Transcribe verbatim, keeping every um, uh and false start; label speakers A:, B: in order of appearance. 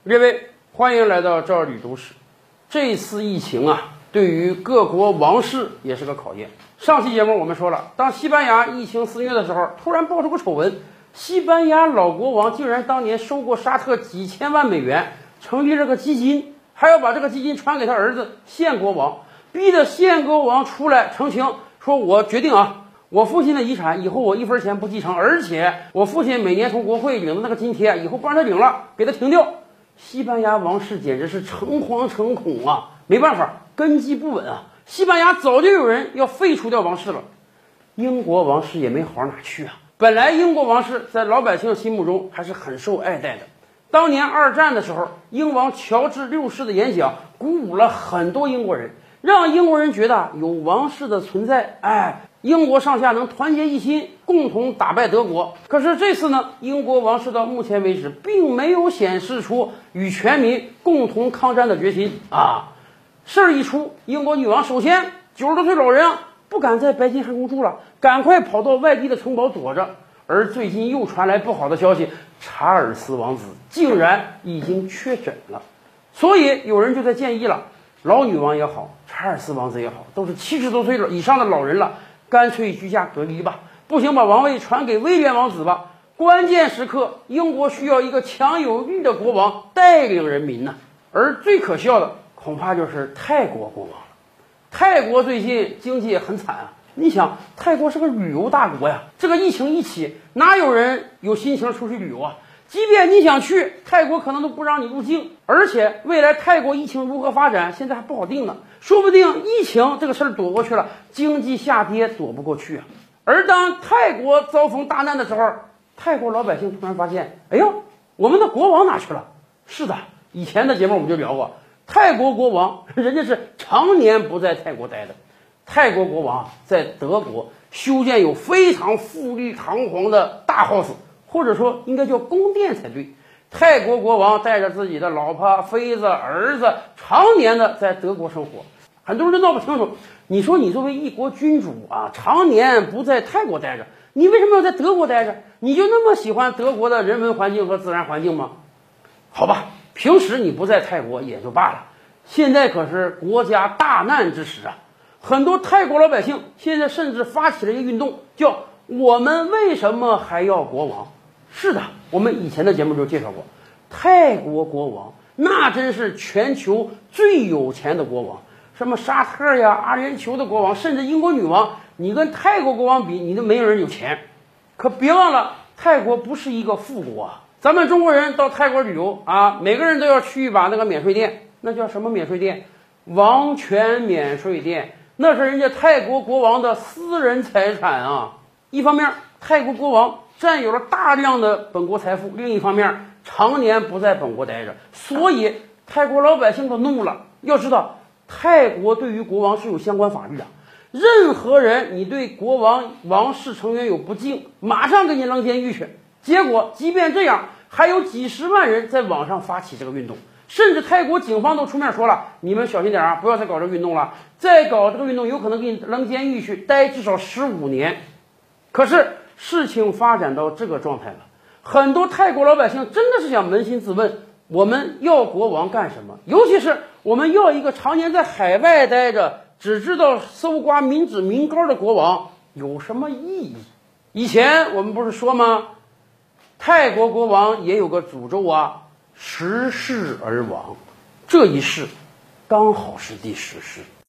A: 列位，欢迎来到赵吕读史。这次疫情啊，对于各国王室也是个考验。上期节目我们说了，当西班牙疫情肆虐的时候，突然爆出个丑闻，西班牙老国王竟然当年收过沙特几千万美元，成立了个基金，还要把这个基金传给他儿子现国王，逼得现国王出来澄清，说我决定啊。我父亲的遗产以后我一分钱不继承，而且我父亲每年从国会领的那个津贴以后不让他领了，给他停掉。西班牙王室简直是诚惶诚恐啊！没办法，根基不稳啊！西班牙早就有人要废除掉王室了。英国王室也没好哪去啊！本来英国王室在老百姓心目中还是很受爱戴的。当年二战的时候，英王乔治六世的演讲鼓舞了很多英国人，让英国人觉得有王室的存在，哎，英国上下能团结一心，共同打败德国。可是这次呢，英国王室到目前为止并没有显示出与全民共同抗战的决心啊！事儿一出，英国女王首先九十多岁老人啊，不敢在白金汉宫住了，赶快跑到外地的城堡躲着。而最近又传来不好的消息，查尔斯王子竟然已经确诊了。所以有人就在建议了，老女王也好，查尔斯王子也好，都是七十多岁以上的老人了，干脆居家隔离吧，不行把王位传给威廉王子吧。关键时刻，英国需要一个强有力的国王带领人民呢。而最可笑的恐怕就是泰国国王了。泰国最近经济也很惨啊，你想泰国是个旅游大国呀，这个疫情一起，哪有人有心情出去旅游啊？即便你想去泰国，可能都不让你入境。而且未来泰国疫情如何发展，现在还不好定呢。说不定疫情这个事儿躲过去了，经济下跌躲不过去啊。而当泰国遭逢大难的时候，泰国老百姓突然发现，哎呦，我们的国王哪去了？是的，以前的节目我们就聊过，泰国国王人家是常年不在泰国待的。泰国国王在德国修建有非常富丽堂皇的大 house， 或者说应该叫宫殿才对。泰国国王带着自己的老婆、妃子、儿子，常年的在德国生活。很多人都闹不清楚，你说你作为一国君主啊，常年不在泰国待着，你为什么要在德国待着？你就那么喜欢德国的人文环境和自然环境吗？好吧，平时你不在泰国也就罢了，现在可是国家大难之时啊！很多泰国老百姓现在甚至发起了一个运动，叫我们为什么还要国王？是的，我们以前的节目就介绍过，泰国国王那真是全球最有钱的国王，什么沙特呀、阿联酋的国王，甚至英国女王，你跟泰国国王比，你都没有人有钱。可别忘了，泰国不是一个富国啊。咱们中国人到泰国旅游啊，每个人都要去一把那个免税店，那叫什么免税店？王权免税店，那是人家泰国国王的私人财产啊。一方面，泰国国王占有了大量的本国财富，另一方面，常年不在本国待着，所以泰国老百姓都怒了。要知道，泰国对于国王是有相关法律的，任何人你对国王王室成员有不敬，马上给你扔监狱去。结果即便这样，还有几十万人在网上发起这个运动，甚至泰国警方都出面说了，你们小心点啊，不要再搞这个运动了，再搞这个运动有可能给你扔监狱去，待至少十五年。可是事情发展到这个状态了，很多泰国老百姓真的是想扪心自问，我们要国王干什么？尤其是我们要一个常年在海外待着，只知道搜刮民脂民膏的国王有什么意义？以前我们不是说吗？泰国国王也有个诅咒啊，十世而亡。这一世刚好是第十世。